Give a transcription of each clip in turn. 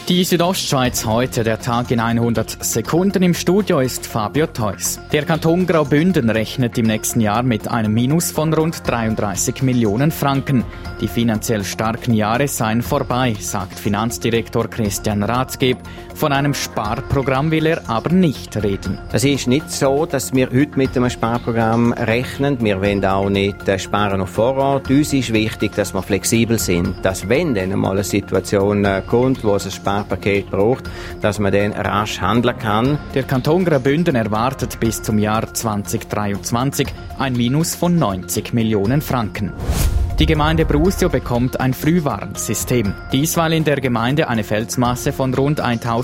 Die Südostschweiz heute, der Tag in 100 Sekunden. Im Studio ist Fabio Theus. Der Kanton Graubünden rechnet im nächsten Jahr mit einem Minus von rund 33 Millionen Franken. Die finanziell starken Jahre seien vorbei, sagt Finanzdirektor Christian Rathgeb. Von einem Sparprogramm will er aber nicht reden. Es ist nicht so, dass wir heute mit einem Sparprogramm rechnen. Wir wollen auch nicht sparen auf Vorrat. Uns ist wichtig, dass wir flexibel sind. Dass wenn dann einmal eine Situation kommt, wo es ein Sparpaket braucht, dass man dann rasch handeln kann. Der Kanton Graubünden erwartet bis zum Jahr 2023 ein Minus von 90 Millionen Franken. Die Gemeinde Brusio bekommt ein Frühwarnsystem. Dies, weil in der Gemeinde eine Felsmasse von rund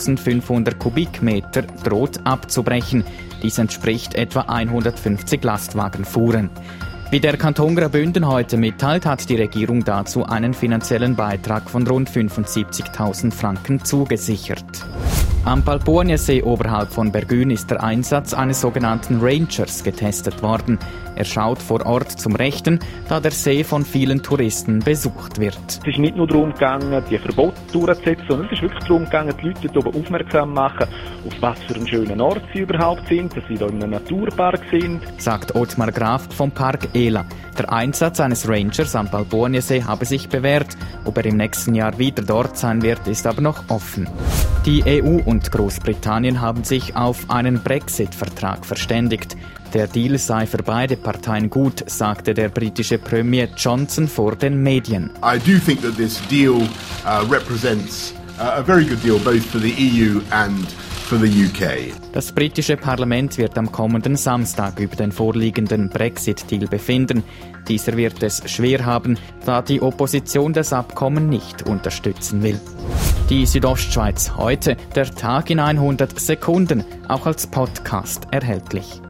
1500 Kubikmeter droht abzubrechen. Dies entspricht etwa 150 Lastwagenfuhren. Wie der Kanton Graubünden heute mitteilt, hat die Regierung dazu einen finanziellen Beitrag von rund 75.000 Franken zugesichert. Am Palpurniasee oberhalb von Bergün ist der Einsatz eines sogenannten Rangers getestet worden. Er schaut vor Ort zum Rechten, da der See von vielen Touristen besucht wird. Es ist nicht nur darum gegangen, die Verbote durchzusetzen, sondern es ist wirklich darum gegangen, die Leute hier oben aufmerksam machen, auf was für einen schönen Ort sie überhaupt sind, dass sie hier in einem Naturpark sind. Sagt Ottmar Graf vom Park Ela. Der Einsatz eines Rangers am Palpurniasee habe sich bewährt. Ob er im nächsten Jahr wieder dort sein wird, ist aber noch offen. Die EU und Großbritannien haben sich auf einen Brexit-Vertrag verständigt. Der Deal sei für beide Parteien gut, sagte der britische Premier Johnson vor den Medien. I do think that this deal represents a very good deal both for the EU and for the UK. Das britische Parlament wird am kommenden Samstag über den vorliegenden Brexit-Deal befinden. Dieser wird es schwer haben, da die Opposition das Abkommen nicht unterstützen will. Die Südostschweiz heute, der Tag in 100 Sekunden, auch als Podcast erhältlich.